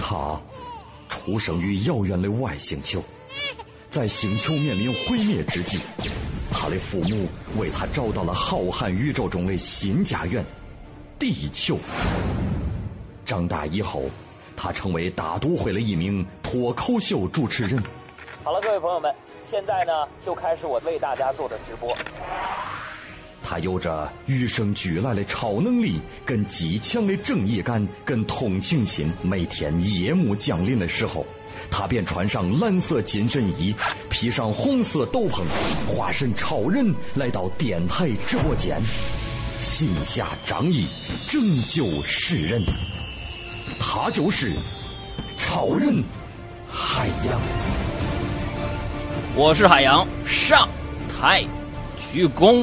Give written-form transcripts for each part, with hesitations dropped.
他出生于遥远的外星球，在星球面临毁灭之际，他的父母为他找到了浩瀚宇宙中的新家园——地球。长大以后，他成为大都会的一名脱口秀主持人。 好了，各位朋友们，现在呢就开始我为大家做的直播。 他有着与生俱来的超能力，跟极强的正义感，跟同情心。每天夜幕降临的时候，他便穿上蓝色紧身衣，披上红色斗篷，化身超人来到电台直播间，行侠仗义，拯救世人。他就是超人海洋。 我是海洋，上台鞠躬。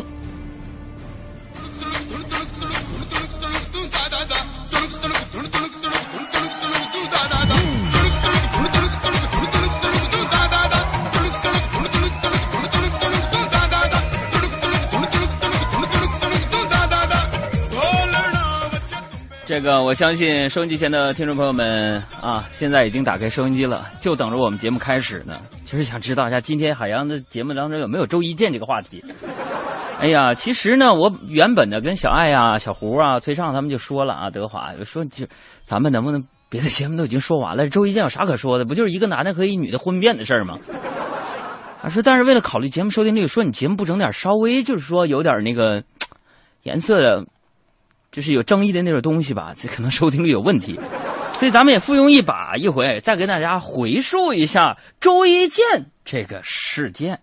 这个我相信收音机前的听众朋友们啊，现在已经打开收音机了，就等着我们节目开始呢。其实想知道一下，今天海洋的节目当中有没有周一见这个话题？哎呀，其实呢，我原本呢跟小爱啊、小胡啊、崔畅他们就说了啊，德华说就咱们能不能别的节目都已经说完了，周一见有啥可说的？不就是一个男的和一女的婚变的事儿吗？啊，说但是为了考虑节目收听率，说你节目不整点稍微就是说有点那个颜色的。就是有争议的那种东西吧，这可能收听率有问题，所以咱们也附庸一把，一回再跟大家回述一下周一见这个事件。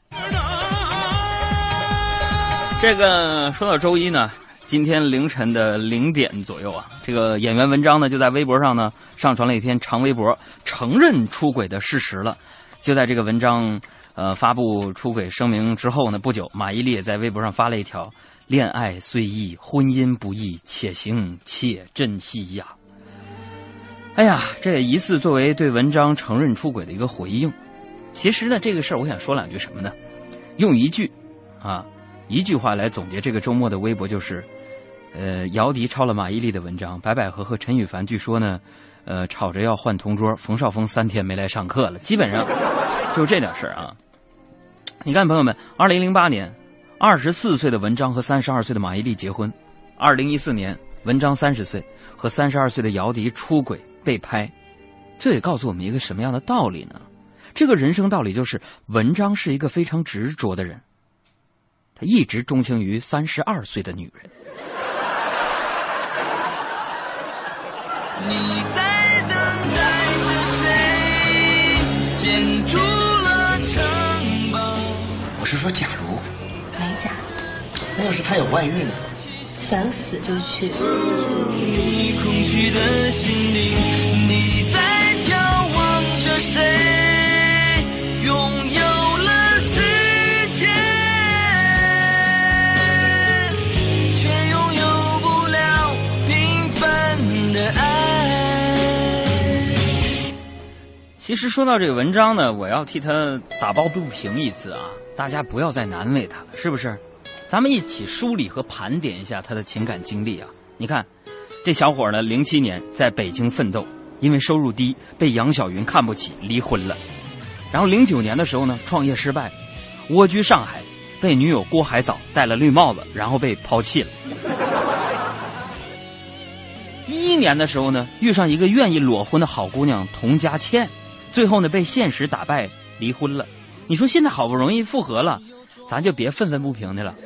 这个说到周一呢，今天凌晨的0点左右啊，这个演员文章呢就在微博上呢上传了一篇长微博，承认出轨的事实了。就在这个文章发布出轨声明之后呢，不久马伊琍也在微博上发了一条。恋爱虽易，婚姻不易，且行且珍惜呀。哎呀，这也疑似作为对文章承认出轨的一个回应。其实呢，这个事儿我想说两句什么呢？用一句话来总结这个周末的微博，就是姚笛抄了马伊琍的文章，白百合和陈羽凡据说呢吵着要换同桌，冯绍峰3天没来上课了，基本上就这点事儿啊。你看朋友们，2008年24岁的文章和32岁的马伊琍结婚，2014年文章30岁和32岁的姚笛出轨被拍，这也告诉我们一个什么样的道理呢？这个人生道理就是文章是一个非常执着的人，他一直钟情于32岁的女人。 你在等待着谁建筑了城堡？ 我是说假如没假的， 那要是他有外遇呢？ 想死就去。 你空虚的心灵，你在眺望着谁拥有了世界，却拥有不了平凡的爱。 其实说到这个文章呢，我要替他打抱不平一次啊，大家不要再难为他了，是不是？咱们一起梳理和盘点一下他的情感经历啊！你看，这小伙呢，07年在北京奋斗，因为收入低被杨晓云看不起，离婚了。然后09年的时候呢，创业失败，蜗居上海，被女友郭海藻戴了绿帽子，然后被抛弃了。11年的时候呢，遇上一个愿意裸婚的好姑娘童佳倩，最后呢被现实打败，离婚了。你说现在好不容易复合了，咱就别愤愤不平的了。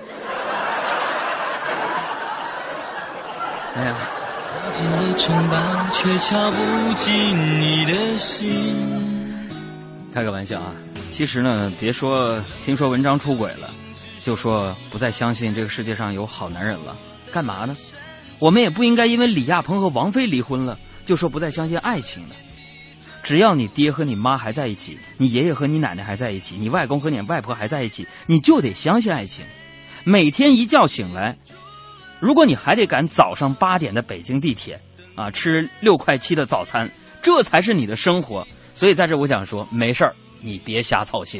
哎呀， 靠近了城堡，却敲不进你的心。 开个玩笑啊！其实呢，别说听说文章出轨了，就说不再相信这个世界上有好男人了，干嘛呢？我们也不应该因为李亚鹏和王菲离婚了，就说不再相信爱情了。只要你爹和你妈还在一起，你爷爷和你奶奶还在一起，你外公和你外婆还在一起，你就得相信爱情。每天一觉醒来，如果你还得赶早上8点的北京地铁啊，吃6块7的早餐，这才是你的生活。所以在这我想说，没事儿，你别瞎操心。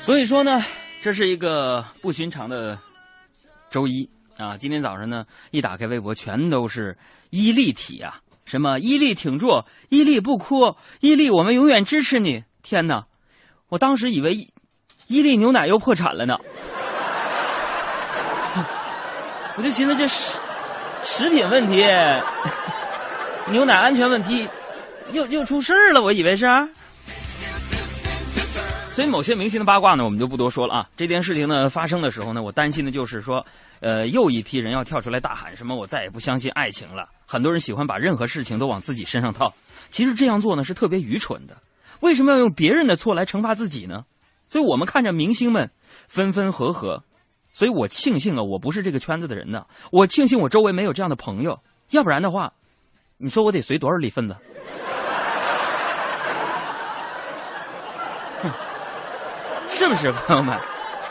所以说呢，这是一个不寻常的周一啊！今天早上呢，一打开微博，全都是伊利体啊，什么伊利挺住，伊利不哭，伊利我们永远支持你。天哪，我当时以为伊利牛奶又破产了呢，我就寻思这食品问题，牛奶安全问题又出事了，我以为是。所以某些明星的八卦呢，我们就不多说了啊。这件事情呢发生的时候呢，我担心的就是说，又一批人要跳出来大喊什么"我再也不相信爱情了"。很多人喜欢把任何事情都往自己身上套，其实这样做呢是特别愚蠢的。为什么要用别人的错来惩罚自己呢？所以我们看着明星们分分合合，所以我庆幸啊，我不是这个圈子的人呢。我庆幸我周围没有这样的朋友，要不然的话，你说我得随多少里份子？是不是朋友们？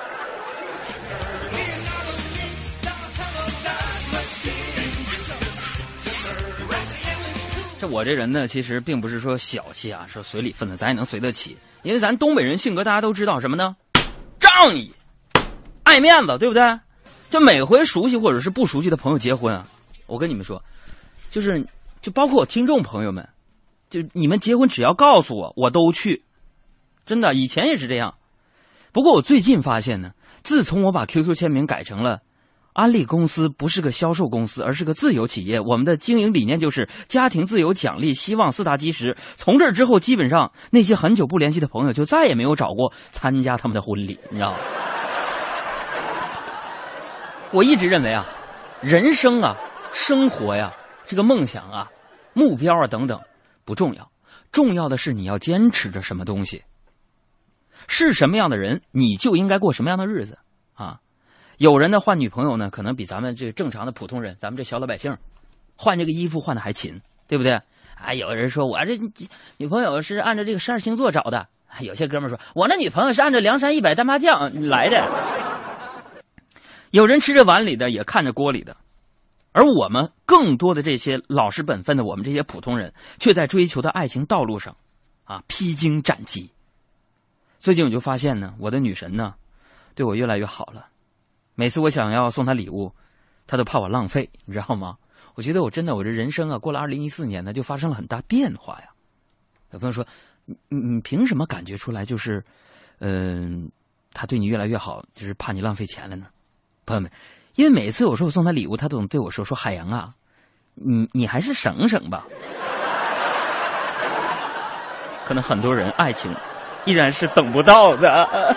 这我这人呢，其实并不是说小气啊，说随礼分子，咱也能随得起。因为咱东北人性格大家都知道什么呢？仗义，爱面子，对不对？就每回熟悉或者是不熟悉的朋友结婚啊，我跟你们说，就包括我听众朋友们，就你们结婚只要告诉我，我都去。真的，以前也是这样。不过我最近发现呢，自从我把 QQ 签名改成了安利公司不是个销售公司，而是个自由企业，我们的经营理念就是家庭自由、奖励、希望四大基石。从这之后，基本上那些很久不联系的朋友就再也没有找过参加他们的婚礼，你知道吗？我一直认为啊，人生啊，生活呀，这个梦想啊，目标啊等等不重要，重要的是你要坚持着什么东西。是什么样的人，你就应该过什么样的日子啊！有人呢换女朋友呢，可能比咱们这正常的普通人，咱们这小老百姓，换这个衣服换的还勤，对不对？啊，有人说我这女朋友是按照这个12星座找的，有些哥们说我那女朋友是按照梁山100单麻将来的。有人吃着碗里的，也看着锅里的，而我们更多的这些老实本分的我们这些普通人，却在追求的爱情道路上啊披荆斩棘。最近我就发现呢，我的女神呢，对我越来越好了。每次我想要送她礼物，她都怕我浪费，你知道吗？我觉得我这人生啊，过了2014年呢，就发生了很大变化呀。有朋友说，你凭什么感觉出来就是，她对你越来越好，就是怕你浪费钱了呢？朋友们，因为每次我说我送她礼物，她总对我说海洋啊，你还是省省吧。可能很多人爱情依然是等不到的。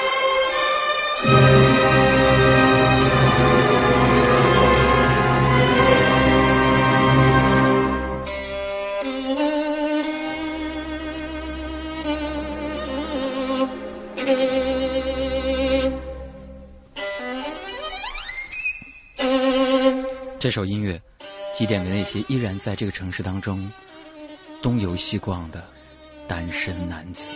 这首音乐祭奠给那些依然在这个城市当中东游西逛的单身男子。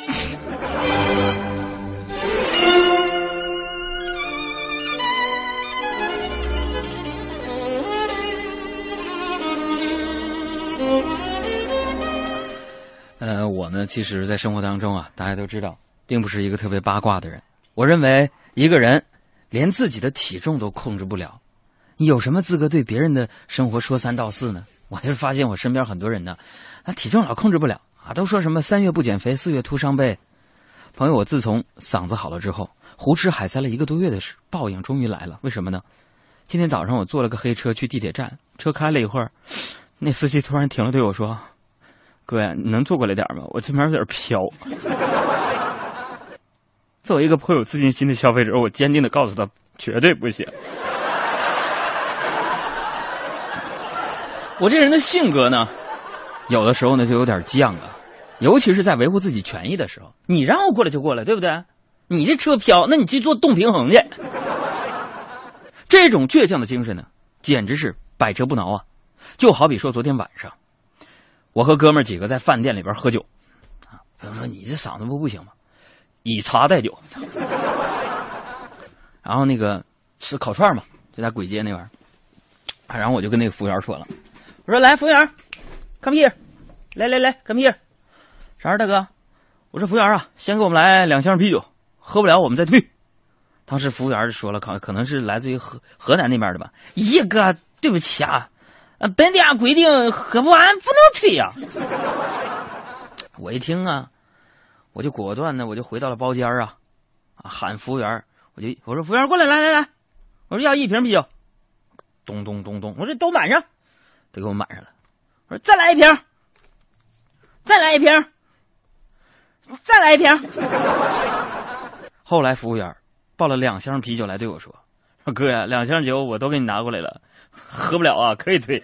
我呢，其实在生活当中啊，大家都知道，并不是一个特别八卦的人。我认为一个人连自己的体重都控制不了，你有什么资格对别人的生活说三道四呢？我就发现我身边很多人呢，他体重老控制不了啊，都说什么3月不减肥，4月徒伤悲。朋友，我自从嗓子好了之后，胡吃海塞了1个多月的报应终于来了。为什么呢？今天早上我坐了个黑车去地铁站，车开了一会儿，那司机突然停了，对我说：“哥呀，你能坐过来点吗？我这边有点飘。”作为一个颇有自信心的消费者，我坚定地告诉他，绝对不行。我这人的性格呢，有的时候呢就有点犟啊，尤其是在维护自己权益的时候，你让我过来就过来，对不对？你这车飘，那你去做动平衡去。这种倔强的精神呢，简直是百折不挠啊！就好比说昨天晚上，我和哥们儿几个在饭店里边喝酒啊，朋友说你这嗓子不行吗？以茶代酒。然后那个吃烤串嘛，就在簋街那边，然后我就跟那个服务员说了，我说来，服务员 ，come here， 来 ，come here， 啥事大哥？我说服务员啊，先给我们来2箱啤酒喝不了我们再退。当时服务员就说了，可能是来自于河南那边的吧，一哥对不起啊，本店规定喝不完不能退呀。我一听啊，我就果断的我就回到了包间啊，喊服务员，我说服务员过来，来，我说要1瓶啤酒，咚咚咚咚，我说都满上，都给我满上了。我说再来一瓶，再来一瓶，再来一瓶。后来服务员抱了2箱啤酒来对我说：“哥呀，2箱酒我都给你拿过来了，喝不了啊，可以退。”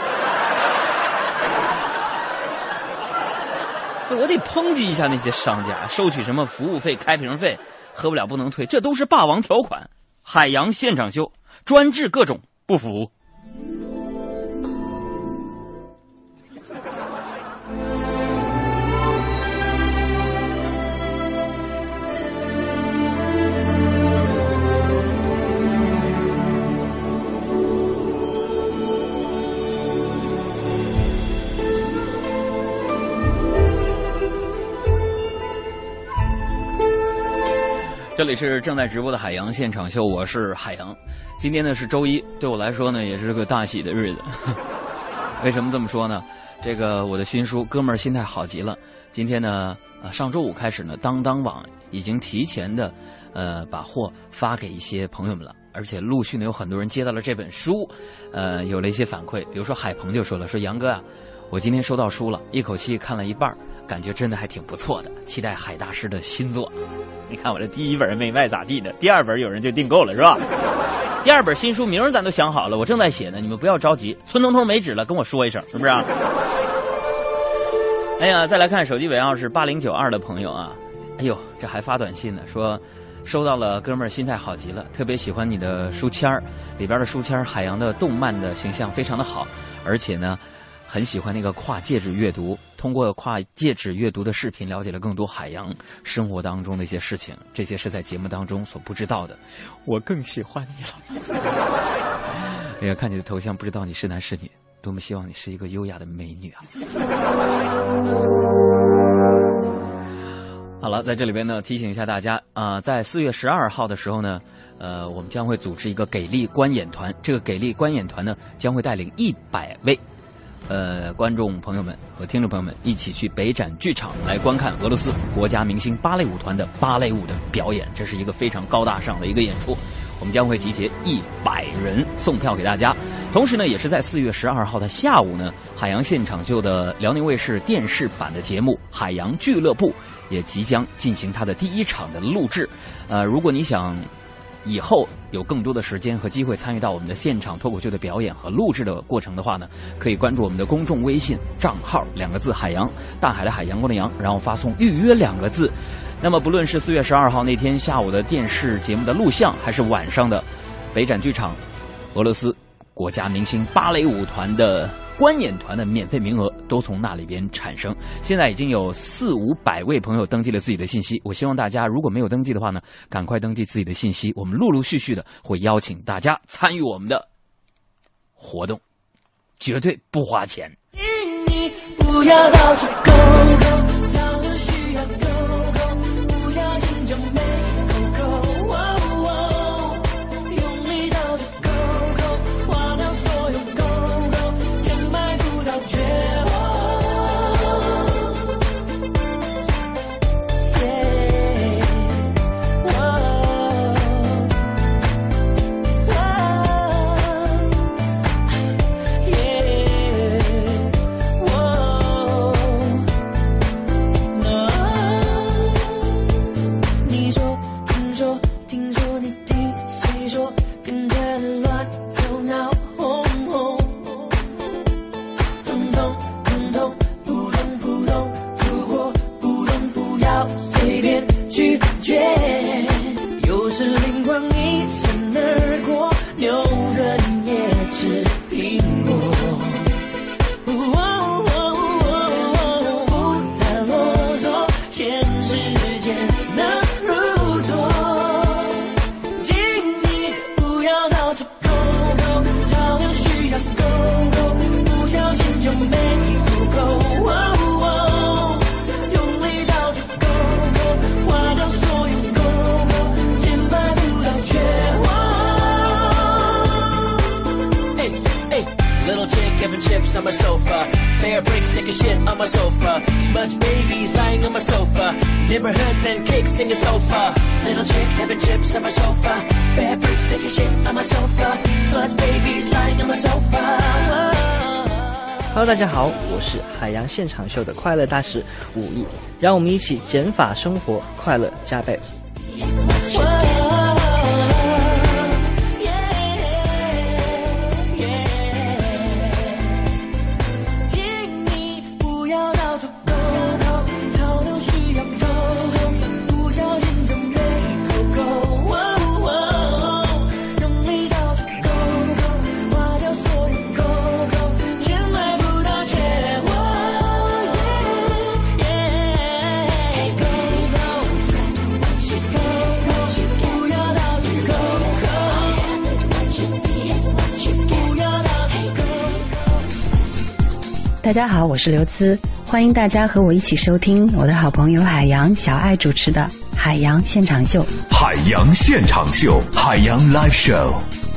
我得抨击一下那些商家，收取什么服务费、开瓶费，喝不了不能退，这都是霸王条款。海洋现场秀，专治各种不服。这里是正在直播的海洋现场秀，我是海洋。今天呢是周一，对我来说呢也是个大喜的日子。为什么这么说呢？这个我的新书《哥们儿心态好极了》，今天呢上周五开始呢，当当网已经提前的把货发给一些朋友们了，而且陆续呢有很多人接到了这本书，有了一些反馈。比如说海鹏就说了，说杨哥啊，我今天收到书了，一口气看了一半，感觉真的还挺不错的，期待海大师的新作。你看我这第1本没卖咋地的，第2本有人就订购了是吧？第2本新书名咱都想好了，我正在写呢，你们不要着急。村东头没纸了，跟我说一声，是不是啊？哎呀，再来看手机尾号是8092的朋友啊，哎呦，这还发短信呢，说收到了，哥们儿心态好极了，特别喜欢你的书签里边的书签海洋的动漫的形象非常的好，而且呢很喜欢那个跨介质阅读，通过跨介质阅读的视频了解了更多海洋生活当中的一些事情，这些是在节目当中所不知道的。我更喜欢你了。哎呀，看你的头像不知道你是男是女，多么希望你是一个优雅的美女啊。好了，在这里边呢提醒一下大家在4月12号的时候呢我们将会组织一个给力观演团，这个给力观演团呢将会带领100位观众朋友们和听众朋友们一起去北展剧场来观看俄罗斯国家明星芭蕾舞团的芭蕾舞的表演，这是一个非常高大上的一个演出。我们将会集结100人送票给大家，同时呢也是在4月12号的下午呢，海洋现场秀的辽宁卫视电视版的节目《海洋俱乐部》也即将进行它的第1场的录制。如果你想以后有更多的时间和机会参与到我们的现场脱口秀的表演和录制的过程的话呢，可以关注我们的公众微信账号2个字海洋，大海的海，阳光的阳，然后发送预约2个字。那么不论是4月12号那天下午的电视节目的录像，还是晚上的北展剧场俄罗斯国家明星芭蕾舞团的观演团的免费名额都从那里边产生。现在已经有400-500位朋友登记了自己的信息，我希望大家如果没有登记的话呢，赶快登记自己的信息，我们陆陆续续的会邀请大家参与我们的活动，绝对不花钱。 你不要到处勾勾，找人需要勾勾，不小心就没勾勾，用力到处勾勾，花掉所有勾勾，钱买不到绝望。 on my sofa. Bear bricks, taking shit on my sofa. Smudge babies lying on my sofa. Neighborhoods and cakes in the sofa. Little chick having chips on my sofa. Bear bricks, taking shit on my sofa. Smudge babies lying on my sofa.Hello， 大家好，我是海洋现场秀的快乐大使武艺，让我们一起减法生活，快乐加倍。 大家好，我是刘孜，欢迎大家和我一起收听我的好朋友海洋小爱主持的海洋现场秀。 海洋现场秀，海洋 Live Show。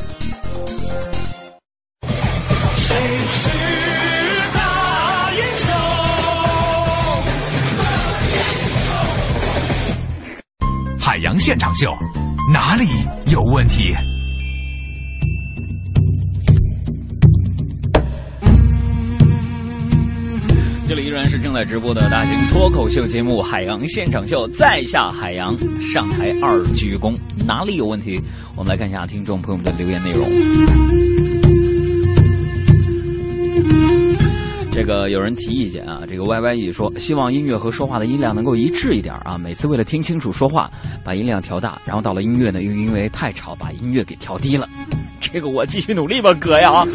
谁是大英雄？ 海洋现场秀，哪里有问题？ 这里依然是正在直播的大型脱口秀节目《海洋现场秀》，在下海洋，上台2鞠躬，哪里有问题？我们来看一下听众朋友们的留言内容。这个有人提意见啊，这个 YYE 说，希望音乐和说话的音量能够一致一点啊，每次为了听清楚说话，把音量调大，然后到了音乐呢，又因为太吵，把音乐给调低了。这个我继续努力吧，哥呀。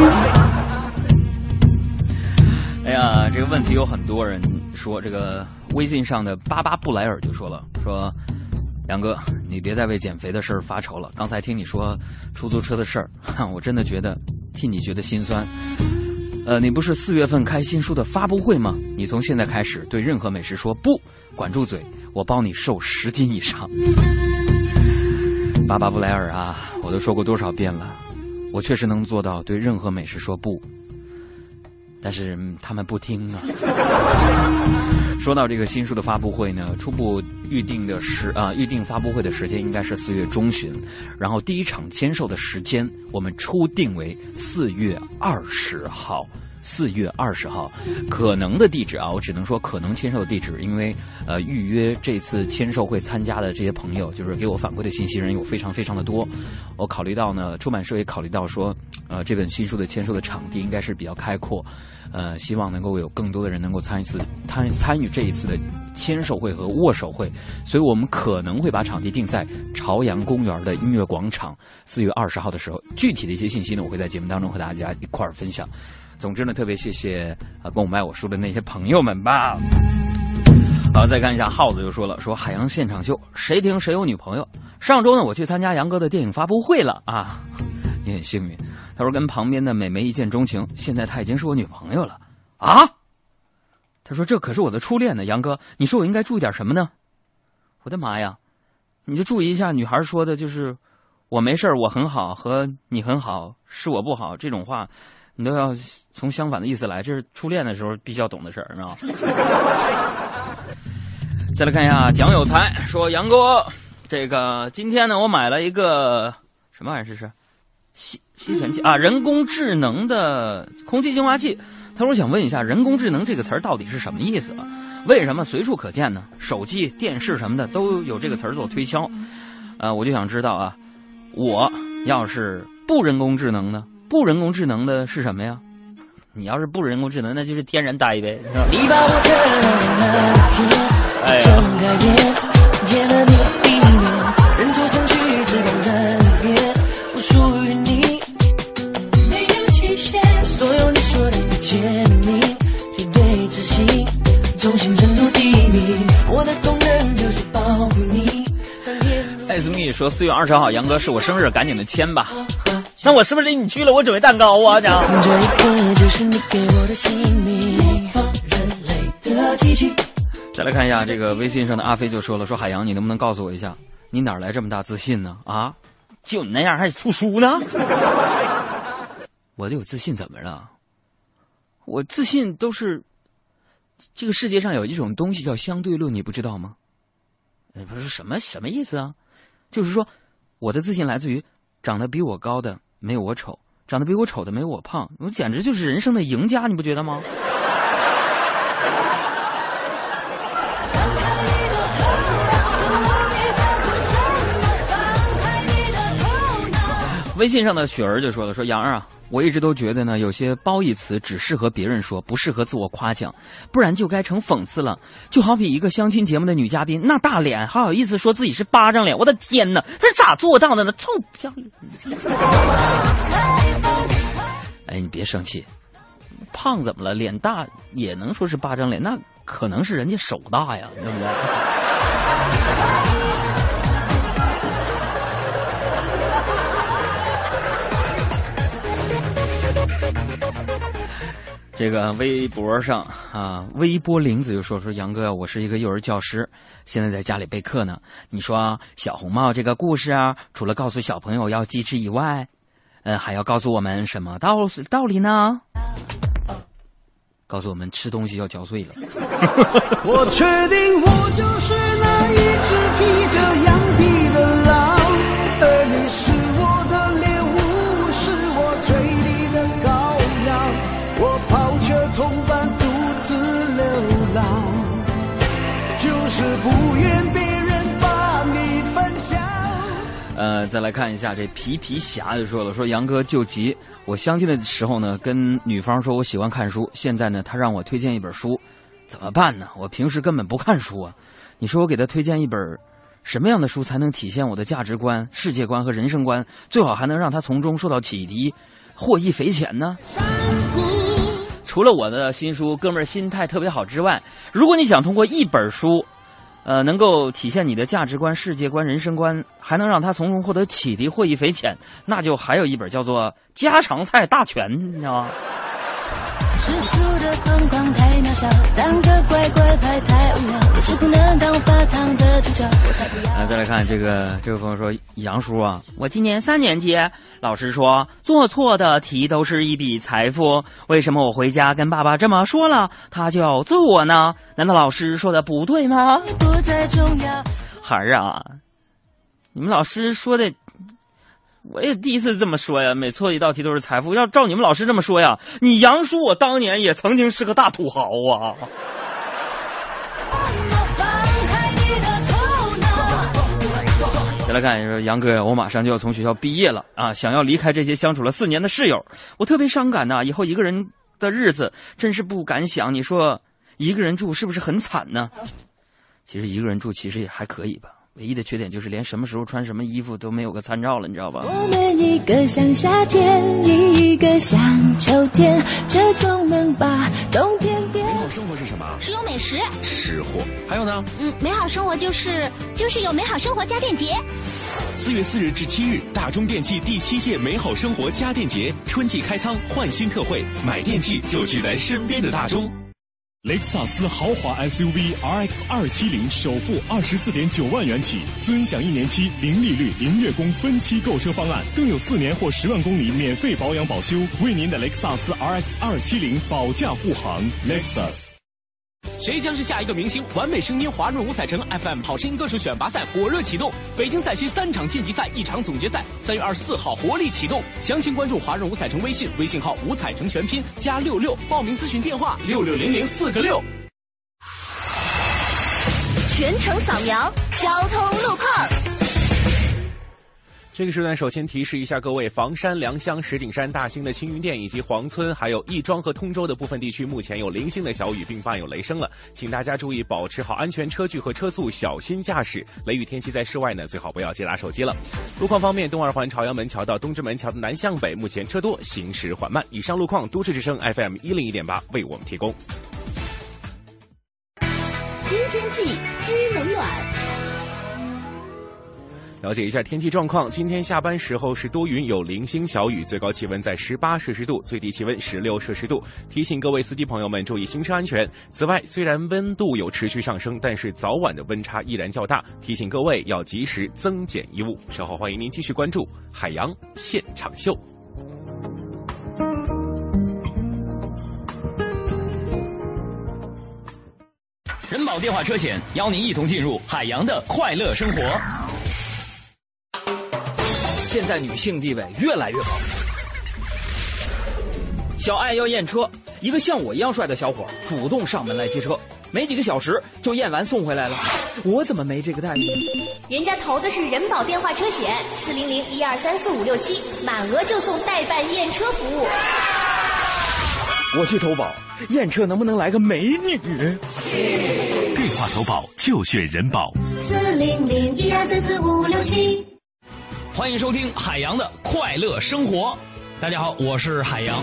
哎呀，这个问题有很多人说，这个微信上的巴巴布莱尔就说了，说杨哥，你别再为减肥的事儿发愁了。刚才听你说出租车的事儿，我真的觉得替你觉得心酸。你不是4月份开新书的发布会吗？你从现在开始对任何美食说不，管住嘴，我包你瘦10斤以上。巴巴布莱尔啊，我都说过多少遍了，我确实能做到对任何美食说不。但是他们不听啊。说到这个新书的发布会呢，初步预定发布会的时间应该是4月中旬，然后第一场签售的时间我们初定为4月20号。4月20号，可能的地址啊，我只能说可能签售的地址，因为预约这次签售会参加的这些朋友，就是给我反馈的信息人有非常非常的多。我考虑到呢，出版社也考虑到说，这本新书的签售的场地应该是比较开阔，希望能够有更多的人能够参与这一次的签售会和握手会，所以我们可能会把场地定在朝阳公园的音乐广场。4月20号的时候，具体的一些信息呢，我会在节目当中和大家一块儿分享。总之呢，特别谢谢跟我买我书的那些朋友们吧。好，再看一下耗子就说了，说海洋现场秀谁听谁有女朋友。上周呢，我去参加杨哥的电影发布会了啊，你很幸运。他说跟旁边的美眉一见钟情，现在她已经是我女朋友了啊。他说这可是我的初恋呢，杨哥，你说我应该注意点什么呢？我的妈呀，你就注意一下女孩说的就是我没事我很好和你很好是我不好这种话。你都要从相反的意思来，这是初恋的时候必须要懂的事儿，是吧？再来看一下蒋有才说，杨哥，这个今天呢，我买了一个什么玩意儿？这是吸尘器啊，人工智能的空气净化器。他说我想问一下，人工智能这个词儿到底是什么意思啊？为什么随处可见呢？手机、电视什么的都有这个词儿做推销。我就想知道啊，我要是不人工智能呢？不人工智能的是什么呀？你要是不人工智能，那就是天然呆呗，是吧？ 你把我看到那天，睁开眼，见了你的一面，人做成句子放在里面，不属于你，没有期限。所有你说的一切秘密，绝对自信，忠心程度第一名，我的功能就是保护你。 艾斯密说4月20号，杨哥是我生日，赶紧的签吧。那我是不是领你去了？我准备蛋糕啊，讲。 这一刻就是你给我的姓名，模仿人类的机器。 再来看一下这个微信上的阿飞就说了，说海洋，你能不能告诉我一下，你哪来这么大自信呢？啊，就你那样还出书呢？我得有自信怎么了？ 我自信都是这个世界上有一种东西叫相对论，你不知道吗？不是什么意思啊？就是说我的自信来自于长得比我高的没有我丑，长得比我丑的没有我胖，我简直就是人生的赢家，你不觉得吗？微信上的雪儿就说了，说杨儿啊，我一直都觉得呢，有些褒义词只适合别人说，不适合自我夸奖，不然就该成讽刺了。就好比一个相亲节目的女嘉宾，那大脸还好意思说自己是巴掌脸，我的天哪，她是咋做到的呢？臭漂亮！哎，你别生气，胖怎么了？脸大也能说是巴掌脸，那可能是人家手大呀，对不对？这个微博上啊，微波玲子就说杨哥，我是一个幼儿教师，现在在家里备课呢。你说小红帽这个故事啊，除了告诉小朋友要机智以外，还要告诉我们什么道理呢？告诉我们吃东西要嚼碎了。 我确定我就是那一只披着羊皮的狼，而你是我的猎物，是我嘴里的羔羊。我抛却同伴独自流浪，就是不愿别人把你分享。 再来看一下这皮侠就说了，说杨哥救急，我相亲的时候呢，跟女方说我喜欢看书，现在呢，他让我推荐一本书，怎么办呢？我平时根本不看书啊，你说我给他推荐一本什么样的书才能体现我的价值观、世界观和人生观，最好还能让他从中受到启迪，获益匪浅呢？除了我的新书《哥们儿心态特别好》之外，如果你想通过一本书能够体现你的价值观、世界观、人生观，还能让他从中获得启迪、获益匪浅，那就还有一本叫做《家常菜大全》，你知道吗？ 世俗的框框太渺小，当个乖乖牌太无聊，我是不能当发糖的主角。 再来看这个朋友说，杨叔啊，我今年3年级，老师说做错的题都是一笔财富，为什么我回家跟爸爸这么说了，他就要揍我呢？难道老师说的不对吗？ 不再重要。 孩儿啊，你们老师说的。我也第一次这么说呀，每错一道题都是财富。要照你们老师这么说呀，你杨叔我当年也曾经是个大土豪啊。再来看说，杨哥呀，我马上就要从学校毕业了啊，想要离开这些相处了4年的室友，我特别伤感呐，以后一个人的日子真是不敢想。你说一个人住是不是很惨呢？其实一个人住其实也还可以吧。唯一的缺点就是连什么时候穿什么衣服都没有个参照了，你知道吧？ 我们一个像夏天，一个像秋天，却总能把冬天变。 美好生活是什么？ 是有美食， 吃货。还有呢？ 美好生活就是有美好生活家电节。 4月4日至7日，大中电器第7届美好生活家电节春季开仓换新特惠，买电器就去咱身边的大中。 雷克萨斯豪华 SUV RX 270首付24.9万元起，尊享1年期0利率0月供分期购车方案，更有4年或10万公里免费保养保修，为您的雷克萨斯 RX 270保驾护航。Lexus。 谁将是下一个明星？完美声音华润五彩城 FM 好声音歌手选拔赛火热启动，北京赛区3场晋级赛，1场总决赛，3月24号活力启动。详情关注华润五彩城微信，微信号五彩城全拼加66，报名咨询电话660046。 全程扫描交通路况。 这个时段首先提示一下各位，房山、良乡、石景山、大兴的青云店以及黄村还有亦庄和通州的部分地区目前有零星的小雨并伴有雷声了，请大家注意保持好安全车距和车速，小心驾驶。雷雨天气在室外呢，最好不要接拿手机了。路况方面，东二环朝阳门桥到东直门桥的南向北目前车多，行驶缓慢。以上路况都市之声 FM 101.8为我们提供。 新天气知冷暖。 了解一下天气状况，今天下班时候是多云有零星小雨，最高气温在18摄氏度，最低气温16摄氏度。提醒各位司机朋友们注意行车安全。此外，虽然温度有持续上升，但是早晚的温差依然较大，提醒各位要及时增减衣物。稍后欢迎您继续关注海洋现场秀。 人保电话车险邀您一同进入海洋的快乐生活。 现在女性地位越来越高。小爱要验车，一个像我一样帅的小伙主动上门来接车，没几个小时就验完送回来了。我怎么没这个待遇？ 人家投的是人保电话车险，400-1234567，满额就送代办验车服务。 我去投保，验车能不能来个美女？ 电话投保就选人保 400-1234567。 欢迎收听海洋的快乐生活。大家好，我是海洋。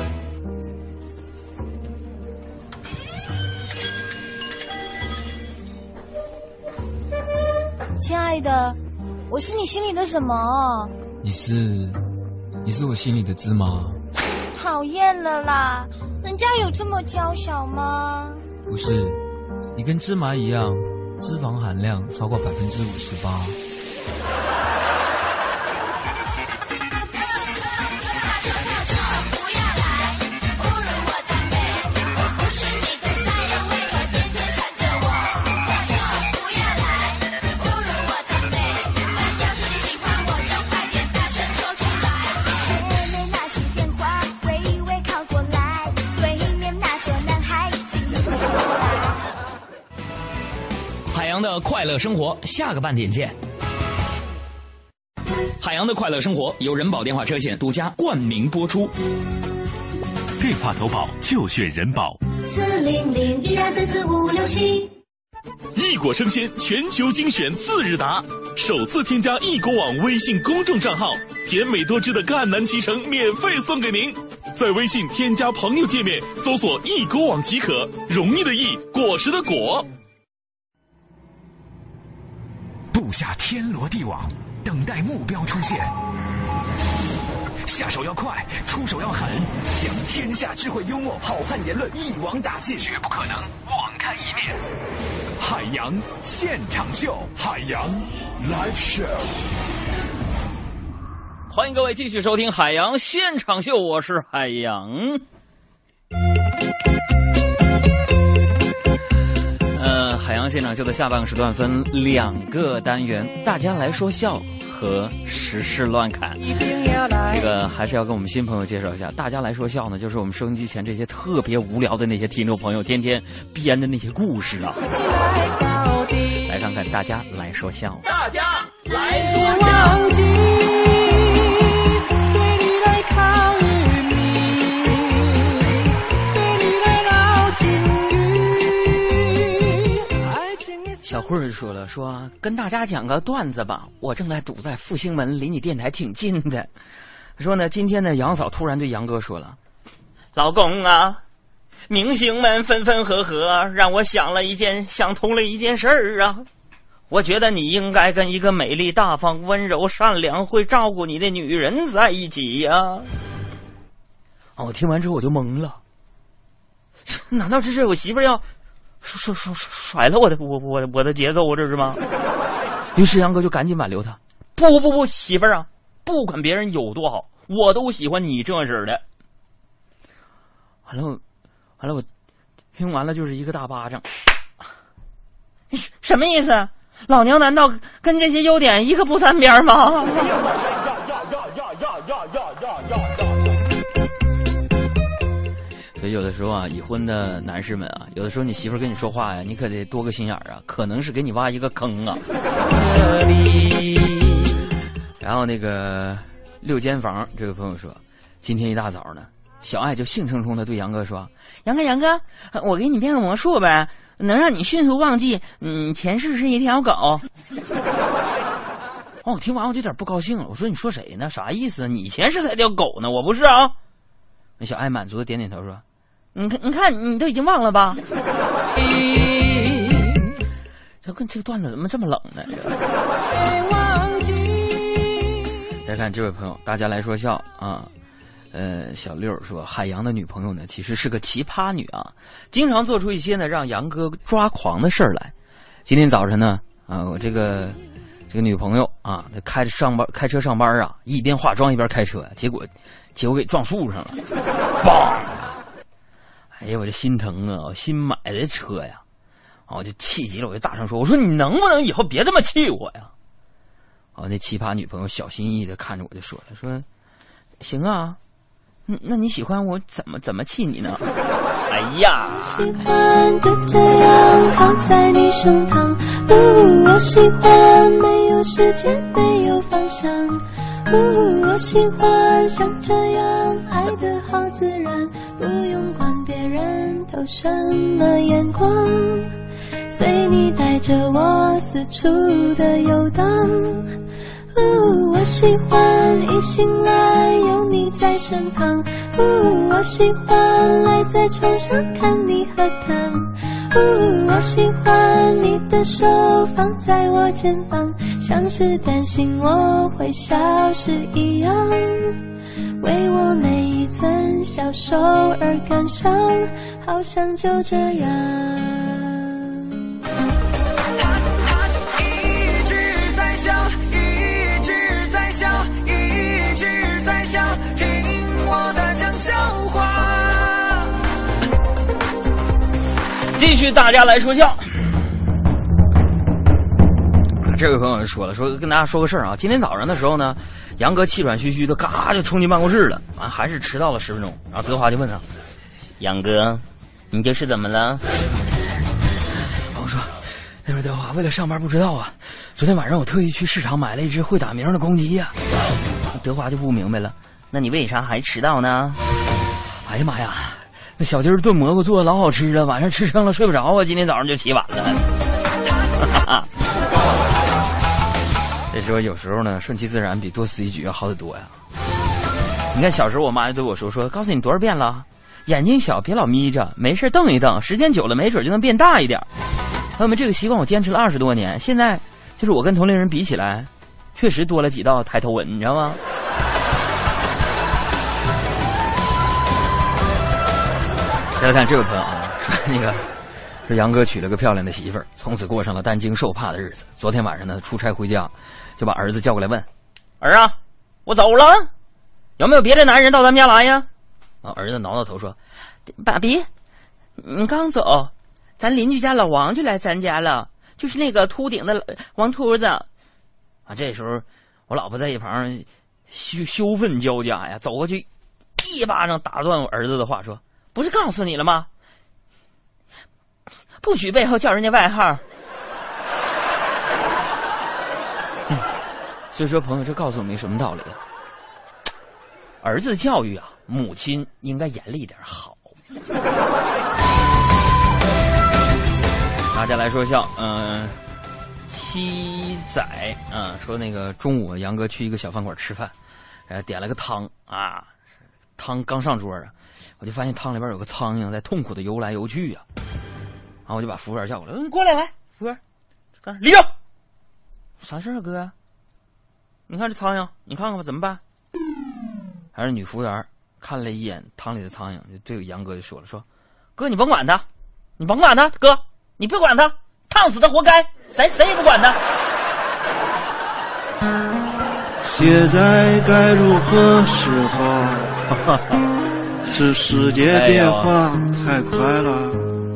亲爱的，我是你心里的什么？ 你是我心里的芝麻。 讨厌了啦，人家有这么娇小吗？ 不是，你跟芝麻一样，脂肪含量超过58%。 海洋的快乐生活，下个半点见。海洋的快乐生活由人保电话车险独家冠名播出。 电话投保就选人保 400-1234567。 异果生鲜全球精选次日达，首次添加异果网微信公众账号，甜美多汁的赣南脐橙免费送给您。在微信添加朋友界面搜索异果网即可，容易的易，果实的果。 布下天罗地网，等待目标出现。下手要快，出手要狠，将天下智慧、幽默、好汉言论一网打尽，绝不可能网开一面。海洋现场秀，海洋 Live Show。 欢迎各位继续收听海洋现场秀，我是海洋。海洋现场秀的下半个时段分2个单元，大家来说笑和时事乱侃。这个还是要跟我们新朋友介绍一下，大家来说笑呢，就是我们收音机前这些特别无聊的那些听众朋友天天编的那些故事啊。来看看大家来说笑，大家来说笑。小慧儿说了，说跟大家讲个段子吧，我正在堵在复兴门，离你电台挺近的。说呢，今天呢，杨嫂突然对杨哥说了，老公啊，明星们分分合合，让我想通了一件事儿啊。我觉得你应该跟一个美丽大方、温柔善良、会照顾你的女人在一起呀。我听完之后我就懵了，难道这是我媳妇要甩了我的节奏，这是吗？于是杨哥就赶紧挽留他，不，媳妇儿啊，不管别人有多好，我都喜欢你这式的。完了我听完了就是一个大巴掌。什么意思？老娘难道跟这些优点一个不沾边吗？所以有的时候啊，已婚的男士们啊，有的时候你媳妇跟你说话呀，你可得多个心眼儿啊，可能是给你挖一个坑啊。然后那个6间房这位朋友说，今天一大早呢，小爱就兴冲冲的对杨哥说，杨哥，我给你变个魔术呗，能让你迅速忘记前世是一条狗。我听完我就有点不高兴了，我说你说谁呢？啥意思？你前世才条狗呢，我不是啊。那小爱满足的点点头说，你看你都已经忘了吧。这个段子怎么这么冷呢？再看这位朋友，大家来说笑啊。小六说，海洋的女朋友呢，其实是个奇葩女啊，经常做出一些呢让杨哥抓狂的事儿来。今天早晨呢，我这个女朋友啊，她开车上班啊，一边化妆一边开车，结果给撞树上了，砰！哎呀，我这心疼啊！我新买的车呀， 我就气急了，我就大声说：“我说你能不能以后别这么气我呀？”那奇葩女朋友小心翼翼的看着我就说了：“说行啊，那你喜欢我怎么气你呢？”哎呀， 喜欢就这样靠在你胸膛，我喜欢没有时间没有方向，我喜欢像这样爱得好自然，不用管别人投什么眼光，随你带着我四处的游荡。我喜欢一醒来有你在身旁，我喜欢赖在床上看你喝汤，我喜欢你的手放在我肩膀，像是担心我会消失一样，为我每一寸小手而感伤，好像就这样。 继续大家来说笑。这位朋友说了，说跟大家说个事儿啊，今天早上的时候呢，杨哥气喘吁吁的嘎就冲进办公室了，完还是迟到了10分钟。然后德华就问他：“杨哥，你这是怎么了？”我说：“那边德华，为了上班不知道啊，昨天晚上我特意去市场买了一只会打鸣的公鸡呀。”德华就不明白了，那你为啥还迟到呢？哎呀妈呀！那小鸡儿炖蘑菇做的老好吃了，晚上吃撑了睡不着啊，今天早上就起晚了。这时候有时候呢，顺其自然比多此一举要好得多呀。你看小时候我妈就对我说，告诉你多少遍了，眼睛小别老眯着，没事瞪一瞪，时间久了没准就能变大一点。朋友们，这个习惯我坚持了20多年，现在就是我跟同龄人比起来，确实多了几道抬头纹，你知道吗？再来看这位朋友啊，说杨哥娶了个漂亮的媳妇儿，从此过上了担惊受怕的日子。昨天晚上呢，出差回家，就把儿子叫过来问：“儿啊，我走了，有没有别的男人到咱们家来呀？”儿子挠挠头说：“爸比，你刚走，咱邻居家老王就来咱家了，就是那个秃顶的王秃子。”这时候我老婆在一旁羞愤交加呀，走过去一巴掌打断我儿子的话，说：“不是告诉你了吗？不许背后叫人家外号。”所以说，朋友，这告诉我们什么道理啊？儿子教育啊，母亲应该严厉点好。大家来说笑，七仔说那个中午杨哥去一个小饭馆吃饭，点了个汤啊，汤刚上桌啊，我就发现汤里边有个苍蝇在痛苦的游来游去啊，然后我就把服务员叫过来，过来，服务员，干离着，啥事啊哥？你看这苍蝇，你看看吧，怎么办？还是女服务员看了一眼汤里的苍蝇，就对杨哥就说了，说哥你甭管他，哥你别管他，烫死他活该，谁也不管他。 现在该如何是好？这世界变化太快了，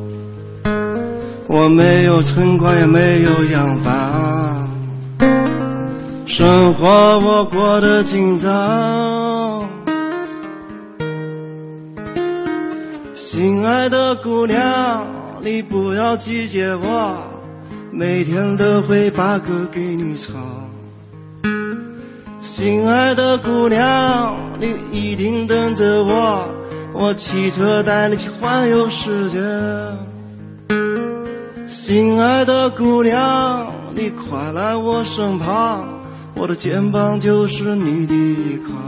我没有存款也没有样板，生活我过得紧张。心爱的姑娘，你不要拒绝我，每天都会把歌给你唱。心爱的姑娘，你一定等着我，我骑车带你去环游世界。心爱的姑娘，你快来我身旁，我的肩膀就是你的依靠。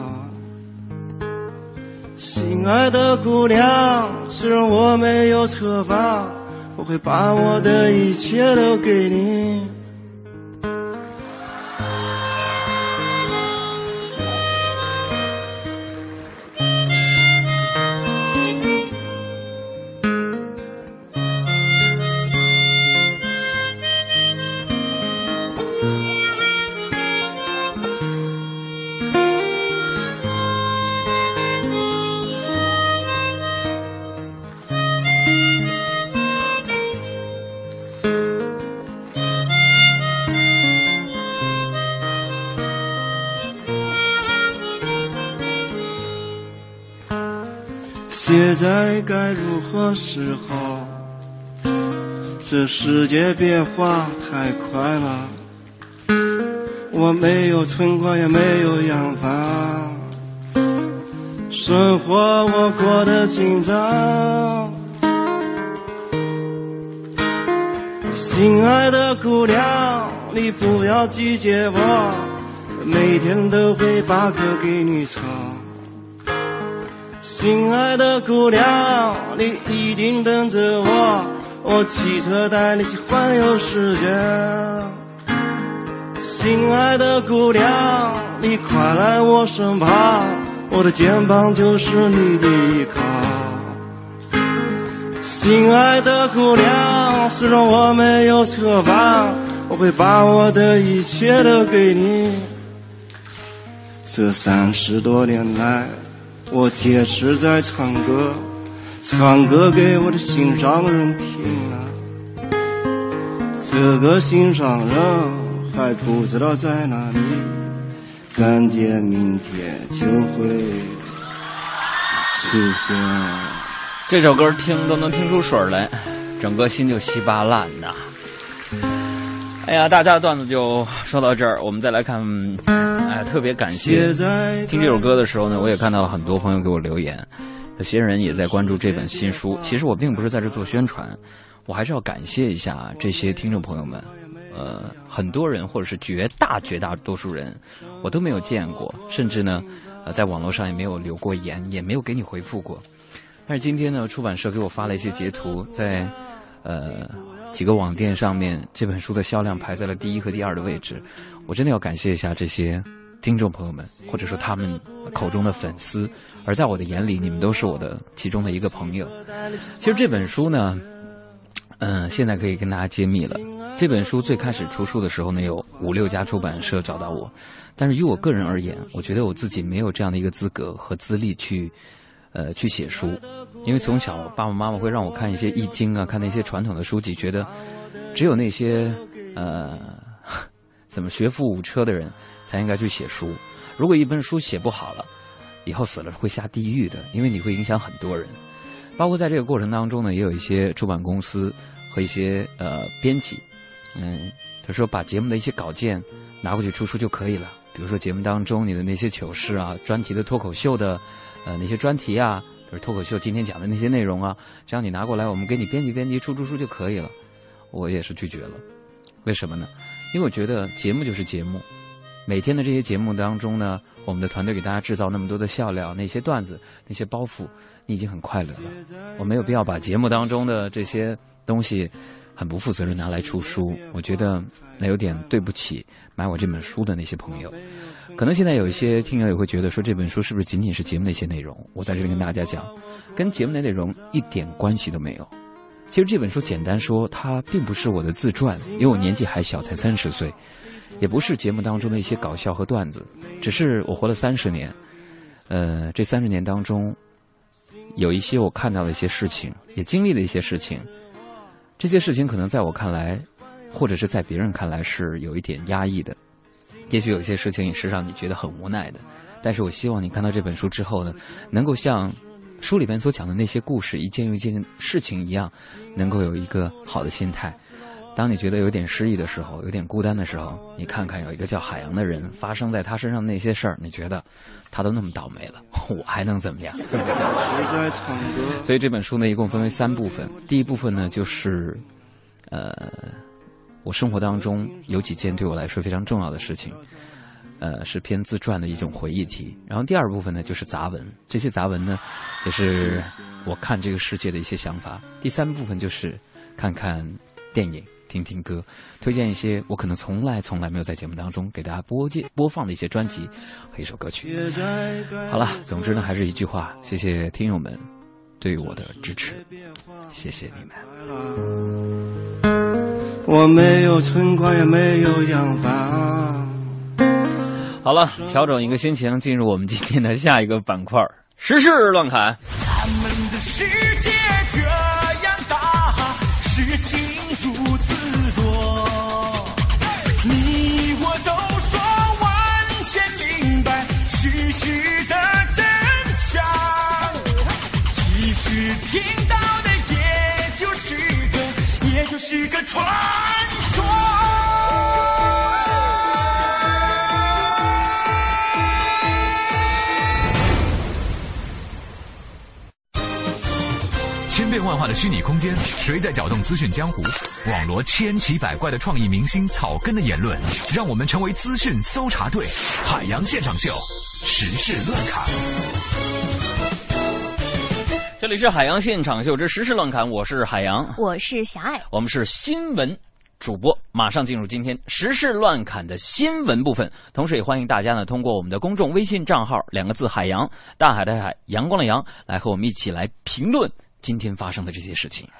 心爱的姑娘，虽然我没有车房，我会把我的一切都给你。 现在该如何是好？这世界变化太快了，我没有存款也没有洋房，生活我过得紧张。亲爱的姑娘，你不要拒绝我，每天都会把歌给你唱。亲爱的姑娘，你一定等着我，我骑车带你去环游世界。亲爱的姑娘，你快来我身旁，我的肩膀就是你的依靠。亲爱的姑娘，虽然我没有车房，我会把我的一切都给你。这30多年来，我坚持在唱歌，唱歌给我的心上人听啊。这个心上人还不知道在哪里，感觉明天就会出现。 这首歌听都能听出水来，整个心就稀巴烂呐。哎呀，大家的段子就说到这儿，我们再来看，特别感谢听这首歌的时候呢，我也看到了很多朋友给我留言，有些人也在关注这本新书。其实我并不是在这做宣传，我还是要感谢一下这些听众朋友们。很多人或者是绝大多数人，我都没有见过，甚至呢，在网络上也没有留过言，也没有给你回复过。但是今天呢，出版社给我发了一些截图，在几个网店上面，这本书的销量排在了第1和第2的位置。我真的要感谢一下这些听众朋友们，或者说他们口中的粉丝，而在我的眼里，你们都是我的其中的一个朋友。其实这本书呢，现在可以跟大家揭秘了。这本书最开始出书的时候呢，有5、6家出版社找到我，但是于我个人而言，我觉得我自己没有这样的一个资格和资历去写书。因为从小爸爸妈妈会让我看一些易经啊，看那些传统的书籍，觉得只有那些怎么学富五车的人才应该去写书。如果一本书写不好了，以后死了会下地狱的，因为你会影响很多人。包括在这个过程当中呢，也有一些出版公司和一些编辑，他说把节目的一些稿件拿过去出书就可以了。比如说节目当中你的那些糗事啊，专题的脱口秀的那些专题啊，就是脱口秀今天讲的那些内容啊，只要你拿过来，我们给你编辑出书就可以了。我也是拒绝了。为什么呢？因为我觉得节目就是节目，每天的这些节目当中呢，我们的团队给大家制造那么多的笑料，那些段子，那些包袱，你已经很快乐了。我没有必要把节目当中的这些东西很不负责任拿来出书，我觉得那有点对不起买我这本书的那些朋友。可能现在有一些听友也会觉得说，这本书是不是仅仅是节目的一些内容？我在这里跟大家讲，跟节目的内容一点关系都没有。其实这本书简单说，它并不是我的自传，因为我年纪还小，才30岁，也不是节目当中的一些搞笑和段子，只是我活了30年，这30年当中，有一些我看到的一些事情，也经历了一些事情，这些事情可能在我看来，或者是在别人看来是有一点压抑的，也许有些事情也是让你觉得很无奈的，但是我希望你看到这本书之后呢，能够像书里面所讲的那些故事，一件又一件事情一样，能够有一个好的心态。当你觉得有点失意的时候，有点孤单的时候，你看看有一个叫海洋的人，发生在他身上的那些事儿，你觉得他都那么倒霉了，我还能怎么样？对不对？所以这本书呢，一共分为3部分。第一部分呢，就是我生活当中有几件对我来说非常重要的事情，是偏自传的一种回忆题。然后第2部分呢，就是杂文，这些杂文呢，也是我看这个世界的一些想法。第3部分就是看看电影，听听歌，推荐一些我可能从来没有在节目当中给大家播放的一些专辑和一首歌曲。好了，总之呢，还是一句话，谢谢听友们对我的支持，谢谢你们。 我没有存款也没有洋房。 好了，调整一个心情，进入我们今天的下一个板块——时事乱侃。 他们的世界这样大，事情如此多，你我都说完全明白事实的真相。 听到的也就是个传说。千变万化的虚拟空间，谁在搅动资讯江湖？网罗千奇百怪的创意明星草根的言论，让我们成为资讯搜查队。海洋现场秀，时事乱侃。 这里是海洋现场秀之时事乱侃，我是海洋， 我是小爱， 我们是新闻主播，马上进入今天时事乱侃的新闻部分。同时也欢迎大家呢通过我们的公众微信账号2个字海洋，大海的海，阳光的阳，来和我们一起来评论今天发生的这些事情。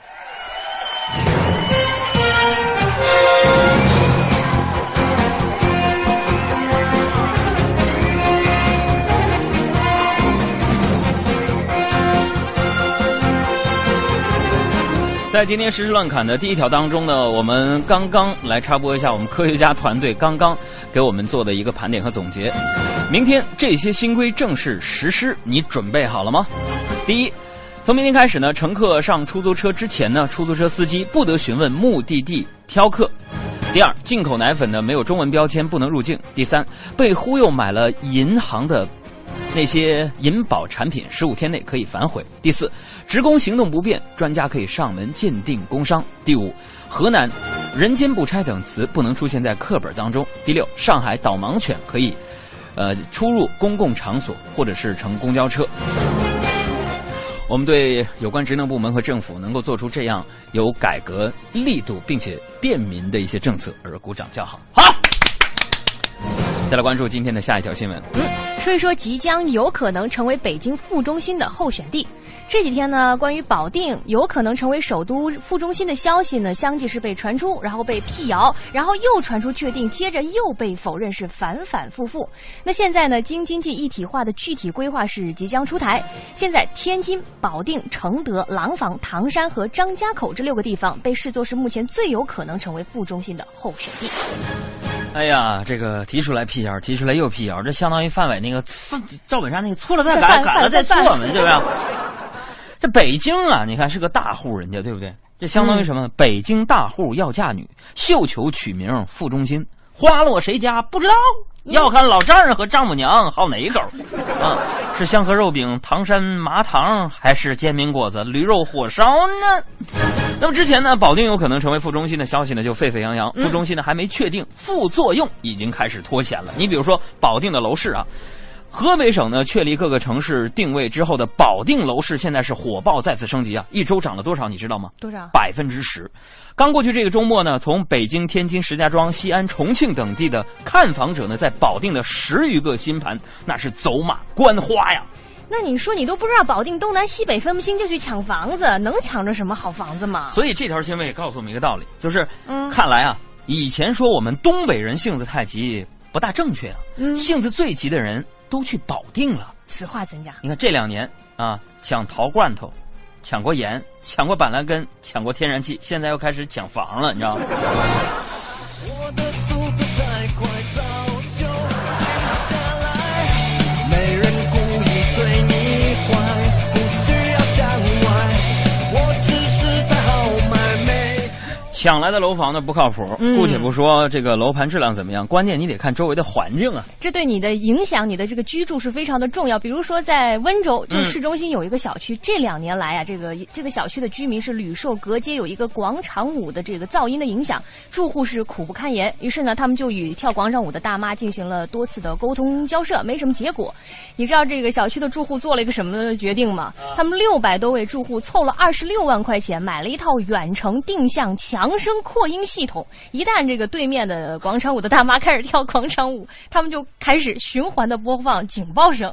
在今天时事乱侃的第一条当中呢，我们刚刚来插播一下我们科学家团队刚刚给我们做的一个盘点和总结。明天这些新规正式实施，你准备好了吗？第一，从明天开始呢，乘客上出租车之前呢，出租车司机不得询问目的地挑客。第二，进口奶粉呢没有中文标签不能入境。第三，被忽悠买了银行的那些银保产品15天内可以反悔。第四，职工行动不便，专家可以上门鉴定工伤。第五，河南人间不拆等词不能出现在课本当中。第六，上海导盲犬可以出入公共场所或者是乘公交车。我们对有关职能部门和政府能够做出这样有改革力度并且便民的一些政策而鼓掌叫好。好，再来关注今天的下一条新闻。 说一说即将有可能成为北京副中心的候选地。这几天呢，关于保定有可能成为首都副中心的消息呢，相继是被传出，然后被辟谣，然后又传出确定，接着又被否认，是反反复复。那现在呢，京津冀一体化的具体规划是即将出台。现在天津、保定、承德、廊坊、唐山和张家口这6个地方被视作是目前最有可能成为副中心的候选地。 哎呀，这个提出来辟谣，提出来又辟谣，这相当于范伟那个赵本山那个错了再改，改了再错嘛，对不对？这北京啊，你看是个大户人家，对不对？这相当于什么呢？北京大户要嫁女，绣球取名副中心，花落谁家不知道，要看老丈人和丈母娘好哪一口啊？是香河肉饼、唐山麻糖，还是煎饼果子、驴肉火烧呢？那么之前呢，保定有可能成为副中心的消息呢就沸沸扬扬，副中心呢还没确定，副作用已经开始拖前了。你比如说保定的楼市啊。河北省呢确立各个城市定位之后的保定楼市现在是火爆再次升级啊！一周涨了多少你知道吗？ 多少 ？10%。刚过去这个周末呢，从北京、天津、石家庄、西安、重庆等地的看房者呢，在保定的10余个新盘那是走马观花呀。 那你说你都不知道保定东南西北分不清就去抢房子，能抢着什么好房子吗？ 所以这条新闻也告诉我们一个道理，就是看来啊，以前说我们东北人性子太急不大正确了，性子最急的人都去保定了。 此话怎讲？ 你看这2年啊，抢陶罐头，抢过盐，抢过板蓝根，抢过天然气，现在又开始抢房了，你知道吗？我的速度太快，早就停下来，没人故意对你坏，不需要向外，我只是在豪买美。抢来的楼房呢不靠谱，姑且不说这个楼盘质量怎么样，关键你得看周围的环境啊。 这对你的影响，你的这个居住是非常的重要。比如说在温州，就市中心有一个小区，这2年来啊，这个小区的居民是屡受隔街有一个广场舞的这个噪音的影响，住户是苦不堪言。于是呢，他们就与跳广场舞的大妈进行了多次的沟通交涉，没什么结果。你知道这个小区的住户做了一个什么决定吗？他们600多位住户凑了26万块钱，买了一套远程定向强声扩音系统。一旦这个对面的广场舞的大妈开始跳广场舞，他们就开始循环的播放警报声。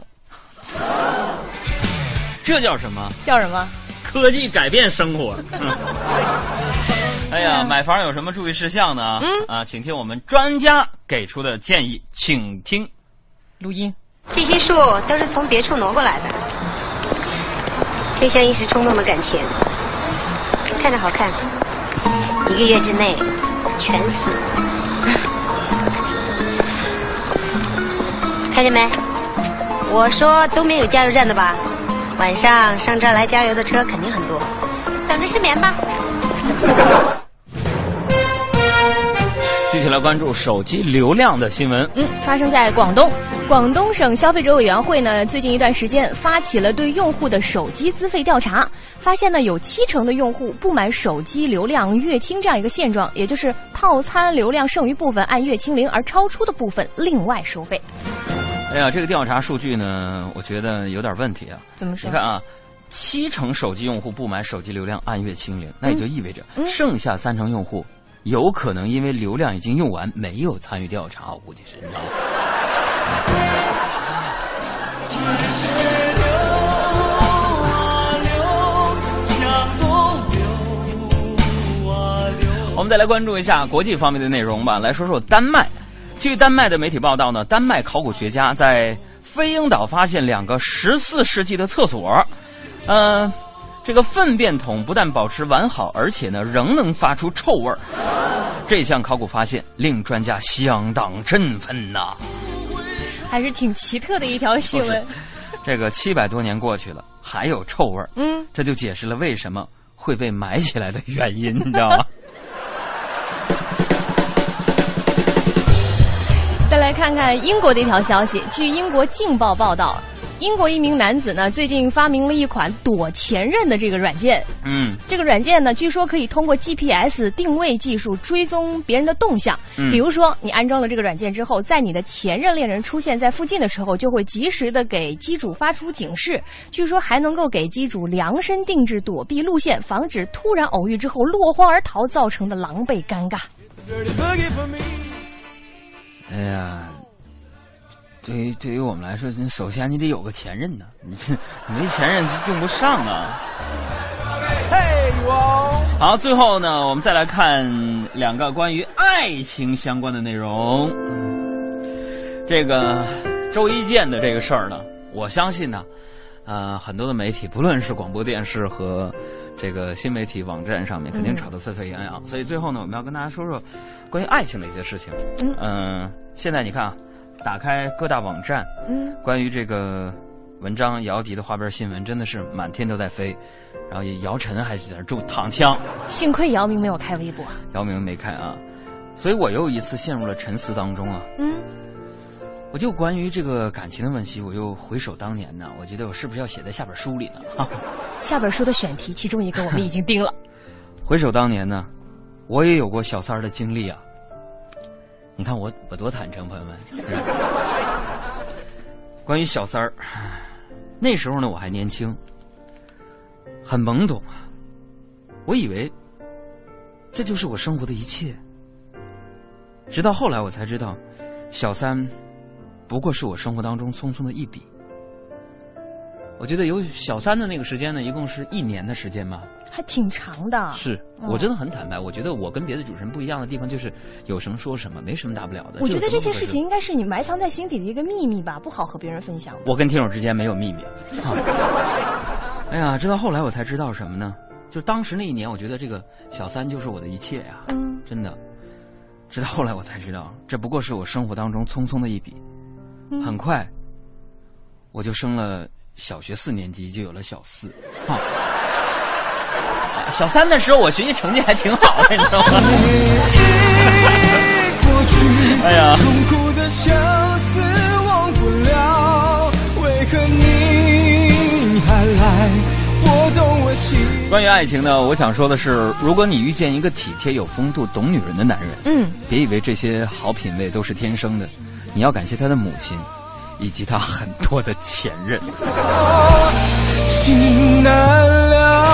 这叫什么？ 叫什么？ 科技改变生活。哎呀，买房有什么注意事项呢？请听我们专家给出的建议，请听录音。 这些树都是从别处挪过来的，就像一时冲动的赶钱，看着好看，1个月之内全死。看见没？我说都没有加油站的吧？ 晚上上这儿来加油的车肯定很多，等着失眠吧。 继续来关注手机流量的新闻。 发生在广东。广东省消费者委员会呢，最近一段时间发起了对用户的手机资费调查，发现呢有70%的用户不满手机流量月清这样一个现状，也就是套餐流量剩余部分按月清零，而超出的部分另外收费。 哎呀，这个调查数据呢，我觉得有点问题啊。 怎么说？ 你看啊，70%手机用户不满手机流量按月清零，那也就意味着剩下30%用户有可能因为流量已经用完，没有参与调查，我估计是，你知道吗？我们再来关注一下国际方面的内容吧。来说说丹麦。据丹麦的媒体报道呢，丹麦考古学家在飞鹰岛发现2个14世纪的厕所。这个粪便桶不但保持完好，而且呢仍能发出臭味儿。这项考古发现令专家相当振奋呐。 还是挺奇特的一条新闻。 这个700多年过去了，还有臭味儿，这就解释了为什么会被埋起来的原因，你知道吗？ 再来看看英国的一条消息，据英国《镜报》报道，英国一名男子呢，最近发明了一款躲前任的这个软件。这个软件呢，据说可以通过 GPS 定位技术追踪别人的动向。比如说，你安装了这个软件之后，在你的前任恋人出现在附近的时候，就会及时的给机主发出警示。据说还能够给机主量身定制躲避路线，防止突然偶遇之后落荒而逃造成的狼狈尴尬。 哎呀，对于我们来说，首先你得有个前任呢，你没前任就用不上啊。好，最后呢，我们再来看2个关于爱情相关的内容。这个周一见的这个事儿呢，我相信呢，很多的媒体，不论是广播电视和这个新媒体网站上面，肯定吵得沸沸扬扬。所以最后呢，我们要跟大家说说关于爱情的一些事情。现在你看啊，打开各大网站，关于这个文章姚笛的花边新闻，真的是满天都在飞。然后姚晨还是在那躺枪， 幸亏姚明没有开微博。 姚明没开啊，所以我又一次陷入了沉思当中啊。我就关于这个感情的问题，我又回首当年呢，我觉得我是不是要写在下本书里呢？ 下本书的选题其中一个我们已经定了。 回首当年呢，我也有过小三儿的经历啊。你看我多坦诚，朋友们。关于小三儿，那时候呢我还年轻，很懵懂啊。我以为这就是我生活的一切，直到后来我才知道，小三不过是我生活当中匆匆的一笔。我觉得有小三的那个时间呢，一共是1年的时间吧， 还挺长的。 是，我真的很坦白，我觉得我跟别的主持人不一样的地方就是有什么说什么，没什么大不了的。 我觉得这些事情应该是你埋藏在心底的一个秘密吧，不好和别人分享。 我跟听友之间没有秘密。哎呀，直到后来我才知道什么呢？就当时那1年，我觉得这个小三就是我的一切呀，真的。直到后来我才知道，这不过是我生活当中匆匆的一笔。很快，我就升了小学4年级，就有了小4。小3的时候，我学习成绩还挺好的，你知道吗？哎呀！痛苦的相思忘不了，为何你还来拨动我心？关于爱情呢，我想说的是，如果你遇见一个体贴有风度、懂女人的男人，别以为这些好品味都是天生的，你要感谢他的母亲，以及他很多的前任。心难了。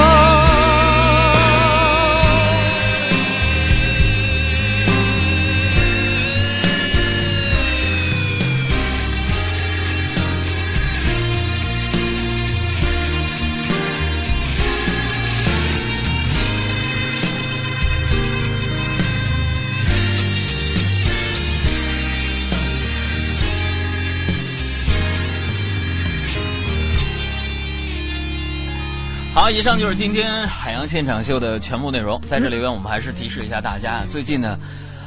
好，以上就是今天海洋现场秀的全部内容。在这里边，我们还是提示一下大家，最近呢，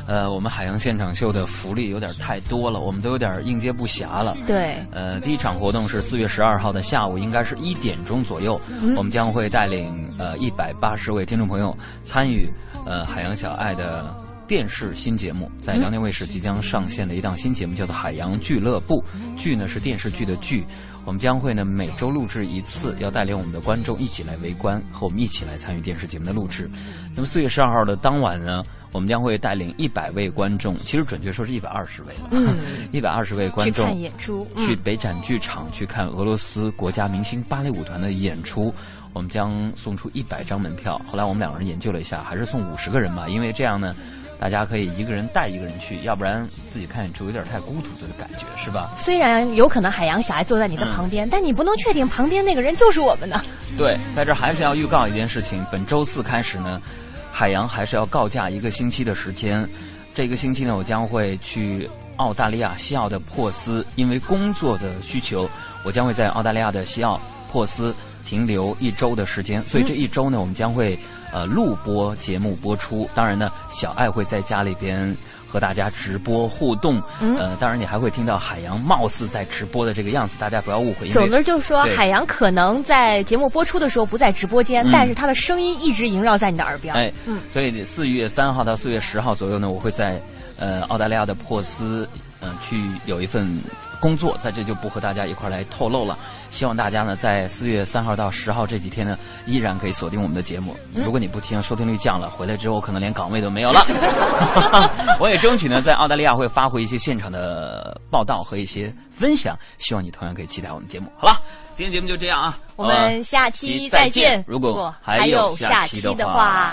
我们海洋现场秀的福利有点太多了，我们都有点应接不暇了。 对， 第一场活动是4月12号的下午，应该是1点钟左右，我们将会带领180位听众朋友参与海洋小爱的电视新节目，在辽宁卫视即将上线的一档新节目，叫做《海洋俱乐部》。剧呢是电视剧的剧。我们将会呢每周录制一次，要带领我们的观众一起来围观，和我们一起来参与电视节目的录制。那么4月12号的当晚呢，我们将会带领100位观众，其实准确说是120位了，120位观众去看演出， 去北展剧场去看俄罗斯国家明星芭蕾舞团的演出。我们将送出100张门票。后来我们2个人研究了一下，还是送50个人吧，因为这样呢，大家可以一个人带一个人去，要不然自己看演出有点太孤独的感觉，是吧？ 虽然有可能海洋小爱坐在你的旁边，但你不能确定旁边那个人就是我们呢。 对，在这还是要预告一件事情，本周4开始呢，海洋还是要告假1个星期的时间。这个星期呢，我将会去澳大利亚西澳的珀斯，因为工作的需求，我将会在澳大利亚的西澳珀斯停留1周的时间，所以这1周呢，我们将会录播节目播出。当然呢，小爱会在家里边和大家直播互动。当然你还会听到海洋貌似在直播的这个样子，大家不要误会。 总的就是说，海洋可能在节目播出的时候不在直播间，但是他的声音一直萦绕在你的耳边。 所以4月3号到4月10号左右呢，我会在澳大利亚的珀斯去有一份工作，在这就不和大家一块来透露了。希望大家呢在4月3号到10号这几天呢，依然可以锁定我们的节目。如果你不听，收听率降了，回来之后可能连岗位都没有了。我也争取呢在澳大利亚会发挥一些现场的报道和一些分享，希望你同样可以期待我们节目。好了，今天节目就这样啊， 我们下期再见。 如果还有下期的话。